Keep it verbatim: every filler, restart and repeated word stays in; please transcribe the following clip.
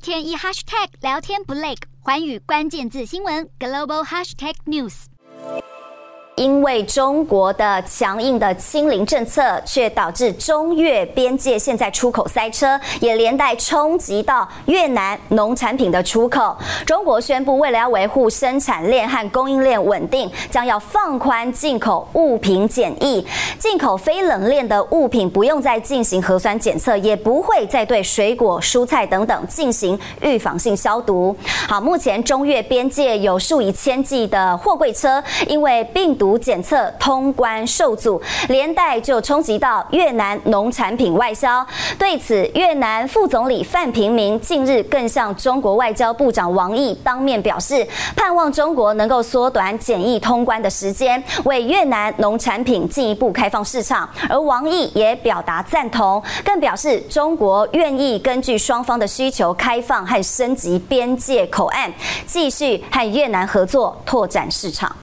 天一 hashtag 聊天不累，寰宇关键字新闻 global hashtag news。 因为中国的强硬的清零政策，却导致中越边界现在出口塞车，也连带冲击到越南农产品的出口。中国宣布，为了要维护生产链和供应链稳定，将要放宽进口物品检疫，进口非冷链的物品不用再进行核酸检测，也不会再对水果、蔬菜等等进行预防性消毒。好，目前中越边界有数以千计的货柜车，因为病毒检测通关受阻，连带就冲击到越南农产品外销。对此，越南副总理范平明近日更向中国外交部长王毅当面表示，盼望中国能够缩短检疫通关的时间，为越南农产品进一步开放市场。而王毅也表达赞同，更表示中国愿意根据双方的需求开放和升级边界口岸，继续和越南合作拓展市场。